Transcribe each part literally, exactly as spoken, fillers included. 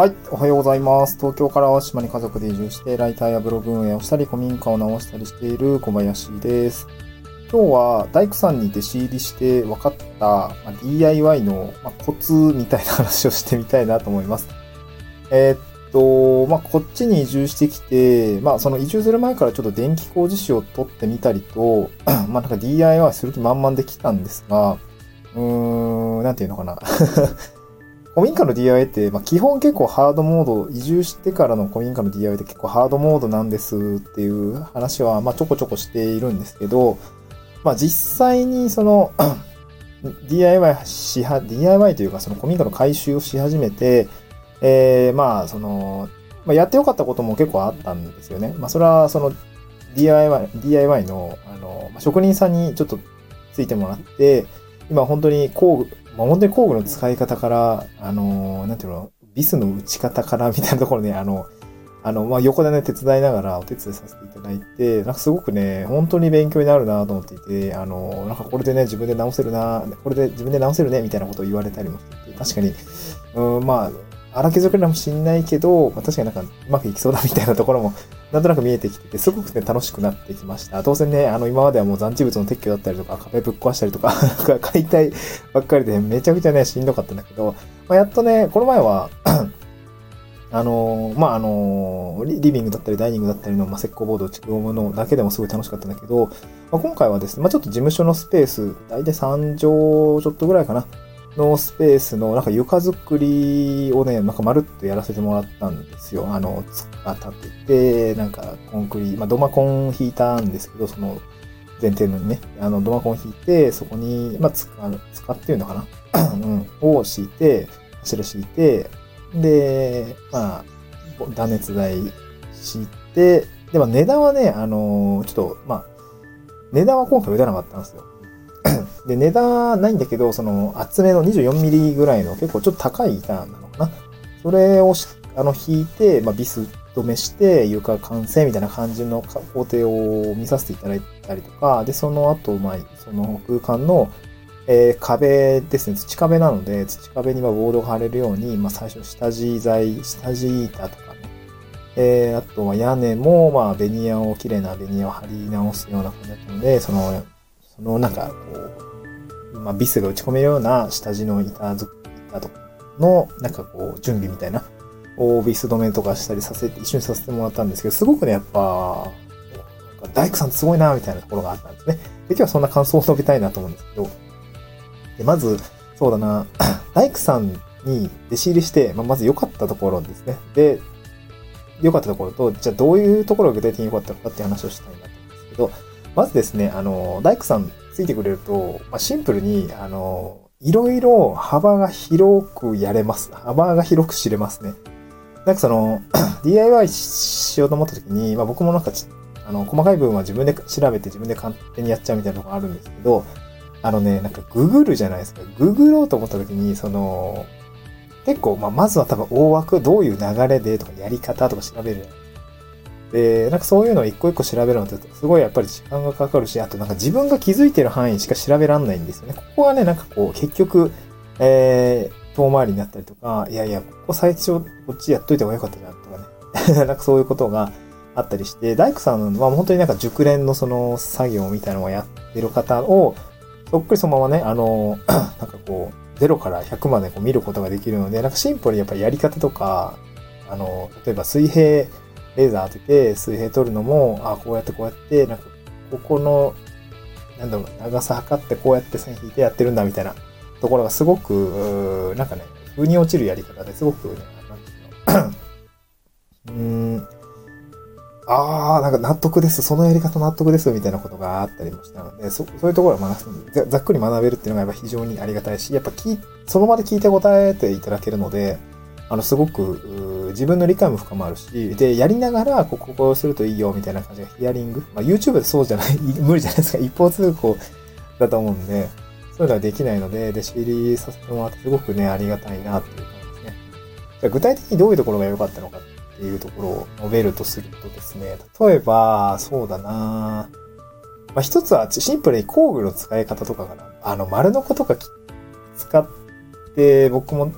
はい、おはようございます。東京から淡島に家族で移住して、ライターやブログ運営をしたり、古民家を直したりしている小林です。今日は大工さんに弟子入りして分かった、まあ、ディーアイワイ の、まあ、コツみたいな話をしてみたいなと思います。えーっと、まあ、こっちに移住してきて、まあ、その移住する前からちょっと電気工事士を取ってみたりと、まあ、なんか ディーアイワイ する気満々できたんですが、うーん、なんていうのかな。古民家の ディーアイワイ って、まあ、基本結構ハードモード、移住してからの古民家の ディーアイワイ って結構ハードモードなんですっていう話は、まあ、ちょこちょこしているんですけど、まあ、実際にその、ディーアイワイ しは、ディーアイワイ というかその古民家の改修をし始めて、えー、まあ、その、まあ、やってよかったことも結構あったんですよね。まあ、それはその ディーアイワイ、ディーアイワイ の、あの、まあ、職人さんにちょっとついてもらって、今本当に工具、まあ、本当に工具の使い方から、あの、なんていうの、ビスの打ち方からみたいなところで、あの、あの、まあ、横でね、手伝いながらお手伝いさせていただいて、なんかすごくね、本当に勉強になるなと思っていて、あの、なんかこれでね、自分で直せるな、これで自分で直せるね、みたいなことを言われたりもしていて、確かに、うん、まあ、荒削りかもしんないけど、まあ、確かになんかうまくいきそうだみたいなところも、なんとなく見えてきてて、すごくね、楽しくなってきました。当然ね、あの、今まではもう残地物の撤去だったりとか、壁ぶっ壊したりとか、なんか解体ばっかりで、めちゃくちゃね、しんどかったんだけど、まあ、やっとね、この前は、あのー、まあ、あのー、リビングだったりダイニングだったりの、まあ、石膏ボードを打ち込むのだけでもすごい楽しかったんだけど、まあ、今回はですね、まあ、ちょっと事務所のスペース、だいたいさんじょうちょっとぐらいかな、のスペースの、なんか床作りをね、なんかまるっとやらせてもらったんですよ。あの、つか立てて、なんかコンクリ、まあ、ドマコン引いたんですけど、その前提のにね、あの、ドマコン引いて、そこに、まあ、つか、つかっていうのかなうん、を敷いて、柱敷いて、で、まあ、断熱材敷いて、でも値段はね、あのー、ちょっと、まあ、値段は今回打たなかったんですよ。で、値段ないんだけど、その厚めの にじゅうよんミリ ぐらいの結構ちょっと高い板なのかな。それをしあの引いて、まあ、ビス止めして床完成みたいな感じの工程を見させていただいたりとか、で、その後、まあ、その空間の、えー、壁ですね、土壁なので、土壁にまあボードが貼れるように、まあ、最初下地材、下地板とかね、えー、あとは屋根も、まあ、ベニヤを、綺麗なベニヤを貼り直すような感じだったので、その、そのなんか、こう、まあ、ビスが打ち込めるような下地の板ず、板とかの、なんかこう、準備みたいな、をビス止めとかしたりさせて、一緒にさせてもらったんですけど、すごくね、やっぱ、大工さんすごいな、みたいなところがあったんですね。で、今日はそんな感想を述べたいなと思うんですけど、でまず、そうだな、大工さんに弟子入りして、まあ、まず良かったところですね。で、良かったところと、じゃあどういうところが具体的に良かったのかっていう話をしたいなと思うんですけど、まずですね、あの、大工さんついてくれると、まあ、シンプルに、あの、いろいろ幅が広くやれます。幅が広く知れますね。なんかその、ディーアイワイ しようと思った時に、まあ、僕もなんかあの、細かい部分は自分で調べて自分で勝手にやっちゃうみたいなところあるんですけど、あのね、なんかググるじゃないですか。ググろうと思った時に、その、結構、まあ、まずは多分大枠、どういう流れでとかやり方とか調べる。で、なんかそういうのを一個一個調べるのってすごいやっぱり時間がかかるし、あとなんか自分が気づいてる範囲しか調べらんないんですよね。ここはね、なんかこう、結局、えー、遠回りになったりとか、いやいや、ここ最初こっちやっといた方がよかったじゃんとかね。なんかそういうことがあったりして、大工さんは本当になんか熟練のその作業みたいなのをやってる方を、そっくりそのままね、あの、なんかこう、ゼロからひゃくまでこう見ることができるので、なんかシンプルにやっぱりやり方とか、あの、例えば水平、レーザー当てて水平取るのも、あ、こうやってこうやって、なんか、ここの、なんだろう、長さ測ってこうやって線引いてやってるんだみたいなところがすごく、なんかね、風に落ちるやり方ですごくね、なんていうの、うーん、ああ、なんか納得です。そのやり方納得です。みたいなことがあったりもしたので、そそういうところを学ぶ、ざっくり学べるっていうのがやっぱ非常にありがたいし、やっぱ聞その場で聞いて答えていただけるので、あの、すごく、自分の理解も深まるし、で、やりながら、こここうするといいよ、みたいな感じがヒアリング。まあ、YouTube でそうじゃない、無理じゃないですか。一方通行だと思うんで、そういうのはできないので、弟子入りさせてもらってすごくね、ありがたいなっていう感じですね。じゃあ具体的にどういうところが良かったのかっていうところを述べるとするとですね、例えば、そうだなまあ、一つはシンプルに工具の使い方とかかな。あの、丸の子とか使って、僕も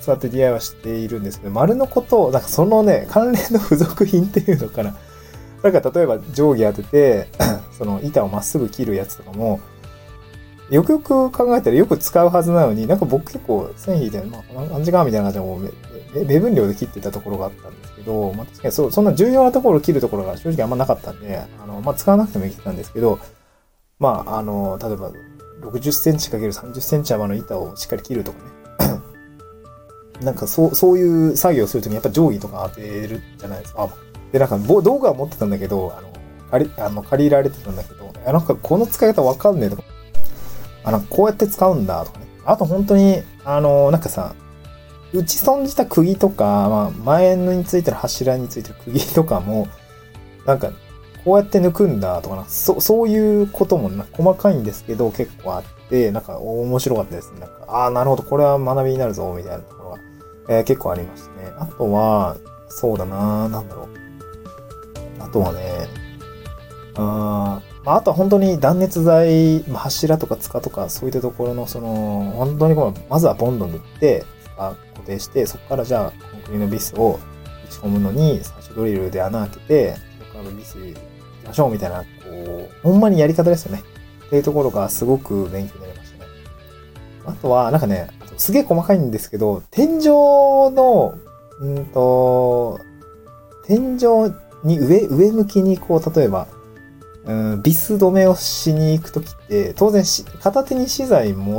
そうやって ディーアイワイ しているんですけど、丸のこと、なんかそのね、関連の付属品っていうのかな。なんか例えば定規当てて、その板をまっすぐ切るやつとかも、よくよく考えたらよく使うはずなのに、なんか僕結構線引いて、まあ、こんな感じかみたいな感じでもう、目分量で切ってたところがあったんですけど、まあ確かにそう、そんな重要なところを切るところが正直あんまなかったんで、あの、まあ使わなくてもいけたんですけど、まあ、あの、例えば、ろくじゅっセンチかけるさんじゅっセンチ幅の板をしっかり切るとかね。なんかそう、そういう作業をするときにやっぱ定規とか当てるじゃないですか。で、なんか道具は持ってたんだけど、あの、借り、あの、借りられてたんだけど、なんかこの使い方わかんねえとか、あの、こうやって使うんだとかね。あと本当に、あの、なんかさ、打ち損じた釘とか、まあ、前のについてる柱についてる釘とかも、なんか、こうやって抜くんだとかな、そ、そういうこともな、細かいんですけど、結構あって、なんか面白かったですね。なんか、ああ、なるほど、これは学びになるぞ、みたいなところが、えー、結構ありましたね。あとは、そうだな、なんだろう。あとはね、あまあ、あとは本当に断熱材、まあ、柱とか塚とか、そういったところの、その、本当にこの、まずはボンド塗って、固定して、そこからじゃあ、コンクリのビスを打ち込むのに、最初ドリルで穴開けて、そこからビス行きましょうみたいな、こう、ほんまにやり方ですよね。っていうところがすごく勉強になりましたね。あとは、なんかね、すげえ細かいんですけど、天井の、うんと、天井に上、上向きにこう、例えば、うん、ビス止めをしに行くときって、当然し、片手に資材持って、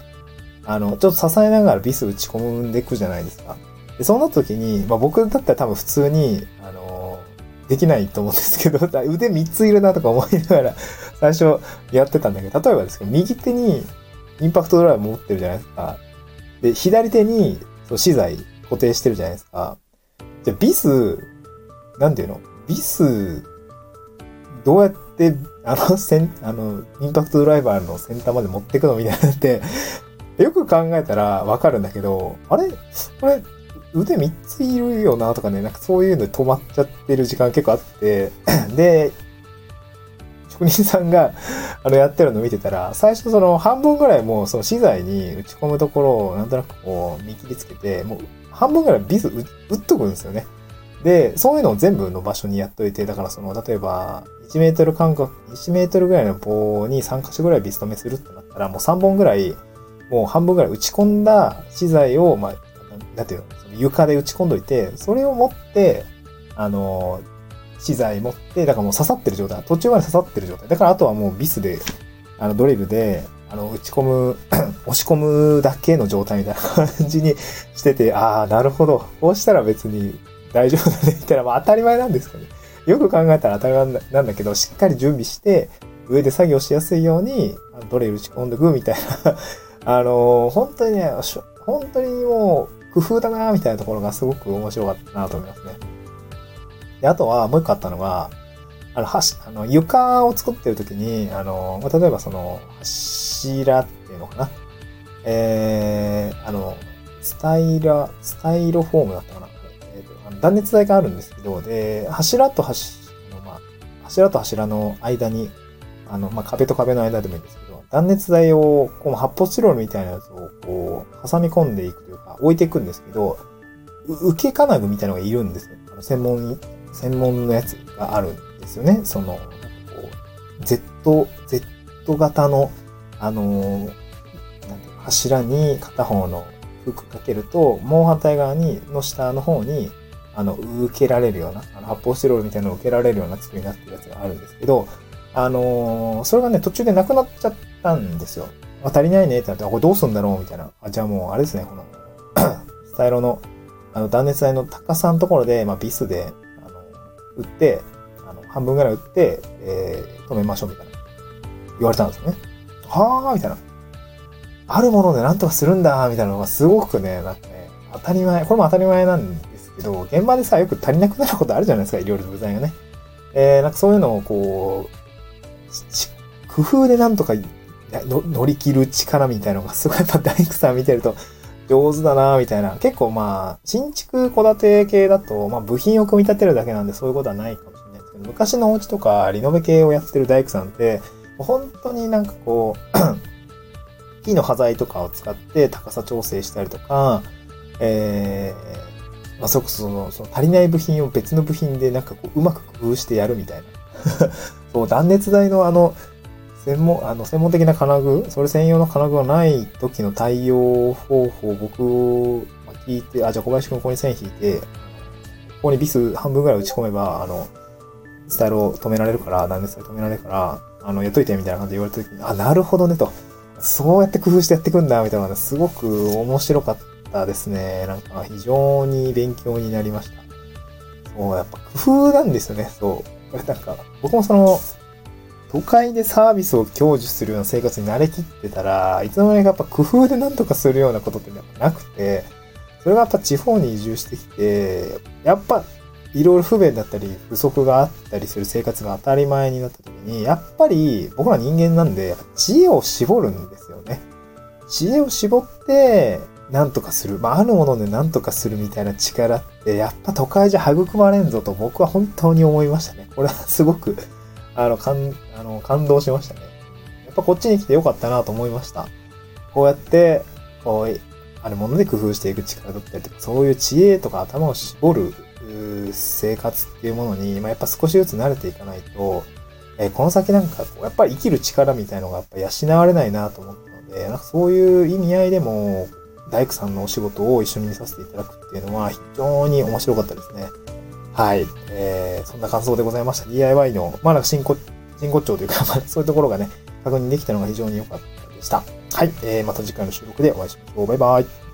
あの、ちょっと支えながらビス打ち込んでいくじゃないですか。で、そうなったときに、まあ僕だったら多分普通に、あの、できないと思うんですけど、腕みっついるなとか思いながら、最初やってたんだけど、例えばですけど、右手にインパクトドライバー持ってるじゃないですか。で、左手にそう資材固定してるじゃないですか。じゃあビス、なんていうのビス、どうやって、あの、せん、あの、インパクトドライバーの先端まで持っていくのみたいになって、よく考えたらわかるんだけど、あれこれ、腕みっついるよなとかね、なんかそういうので止まっちゃってる時間結構あって、で、職人さんが、あの、やってるのを見てたら、最初その半分ぐらいもうその資材に打ち込むところをなんとなくこう見切りつけて、もう半分ぐらいビス打っとくんですよね。で、そういうのを全部の場所にやっといて、だからその、例えば、いちメートル間隔、いちメートルぐらいの棒にさん箇所ぐらいビス止めするってなったら、もうさんぼんぐらい、もう半分ぐらい打ち込んだ資材を、まあ、なんていうの、その床で打ち込んどいて、それを持って、あの、資材持って、だからもう刺さってる状態、途中まで刺さってる状態。だからあとはもうビスで、あの、ドリルで、あの、打ち込む、押し込むだけの状態みたいな感じにしてて、ああ、なるほど。こうしたら別に、大丈夫だね、みたいな、まあ当たり前なんですかね。よく考えたら当たり前なんだけど、しっかり準備して、上で作業しやすいように、ドリル打ち込んでいくみたいな、あのー、本当にね、本当にもう、工夫だなみたいなところがすごく面白かったなと思いますね。で、あとは、もう一個あったのが、あの、はし、あの、床を作ってるときに、あの、例えばその、柱っていうのかな。えー、あの、スタイラ、スタイロフォームだったかな。断熱材があるんですけど、で、柱と柱、まあ、柱と柱の間に、あの、まあ、壁と壁の間でもいいんですけど、断熱材を、この発泡スチロールみたいなやつを、こう、挟み込んでいくというか、置いていくんですけど、受け金具みたいなのがいるんですよ。あの専門、専門のやつがあるんですよね。その、なんかこう、Z、Z 型の、あの、なんていうの、柱に片方のフックかけると、もう反対側に、の下の方に、あの、受けられるような、あの発泡スチロールみたいなのを受けられるような作りになってるやつがあるんですけど、あのー、それがね、途中でなくなっちゃったんですよ。あ、足りないねってなって、あ、これどうすんだろうみたいな。あ、じゃあもう、あれですね、この、スタイロの、あの、断熱材の高さのところで、まあ、ビスで、あの、打って、あの、半分ぐらい打って、えー、止めましょうみたいな。言われたんですよね。はーみたいな。あるものでなんとかするんだみたいなのがすごくね、なんかね、当たり前、これも当たり前なんですけど、現場でさ、よく足りなくなることあるじゃないですか、いろいろ部材がね。えー、なんかそういうのをこう、工夫でなんとかの乗り切る力みたいなのがすごいやっぱ大工さん見てると上手だなみたいな。結構まあ、新築戸建て系だと、まあ部品を組み立てるだけなんでそういうことはないかもしれないですけど、昔のお家とかリノベ系をやってる大工さんって、本当になんかこう、木の端材とかを使って高さ調整したりとか、 えー、まあ、それこそその、その足りない部品を別の部品でなんかこう、うまく工夫してやるみたいな。そう、断熱材のあの、専門、あの、専門的な金具、それ専用の金具がない時の対応方法を僕、まあ、聞いて、あ、じゃあ小林くんここに線引いて、ここにビス半分ぐらい打ち込めば、あの、スタイルを止められるから、断熱材止められるから、あの、やっといてみたいな感じで言われた時に、あ、なるほどねと。そうやって工夫してやっていくんだ、みたいなのがすごく面白かったですね。なんか非常に勉強になりました。そう、やっぱ工夫なんですよね、そう。なんか、僕もその、都会でサービスを享受するような生活に慣れきってたら、いつの間にかやっぱ工夫でなんとかするようなことってなくて、それがやっぱ地方に移住してきて、やっぱいろいろ不便だったり不足があったりする生活が当たり前になった時に、やっぱり僕ら人間なんで、知恵を絞るんですよね。知恵を絞って、なんとかする。まあ、あるものでなんとかするみたいな力って、やっぱ都会じゃ育まれんぞと僕は本当に思いましたね。これはすごく、あの、感、あの、感動しましたね。やっぱこっちに来てよかったなと思いました。こうやって、こう、あるもので工夫していく力だったりとか、そういう知恵とか頭を絞る生活っていうものに、まあ、やっぱ少しずつ慣れていかないと、えー、この先なんかこう、やっぱり生きる力みたいのがやっぱ養われないなと思ったので、なんかそういう意味合いでも、大工さんのお仕事を一緒に見させていただくっていうのは非常に面白かったですね。はい。えー、そんな感想でございました。ディーアイワイ の、まあなんか真骨、真骨頂というか、まあそういうところがね、確認できたのが非常に良かったでした。はい。えー、また次回の収録でお会いしましょう。バイバイ。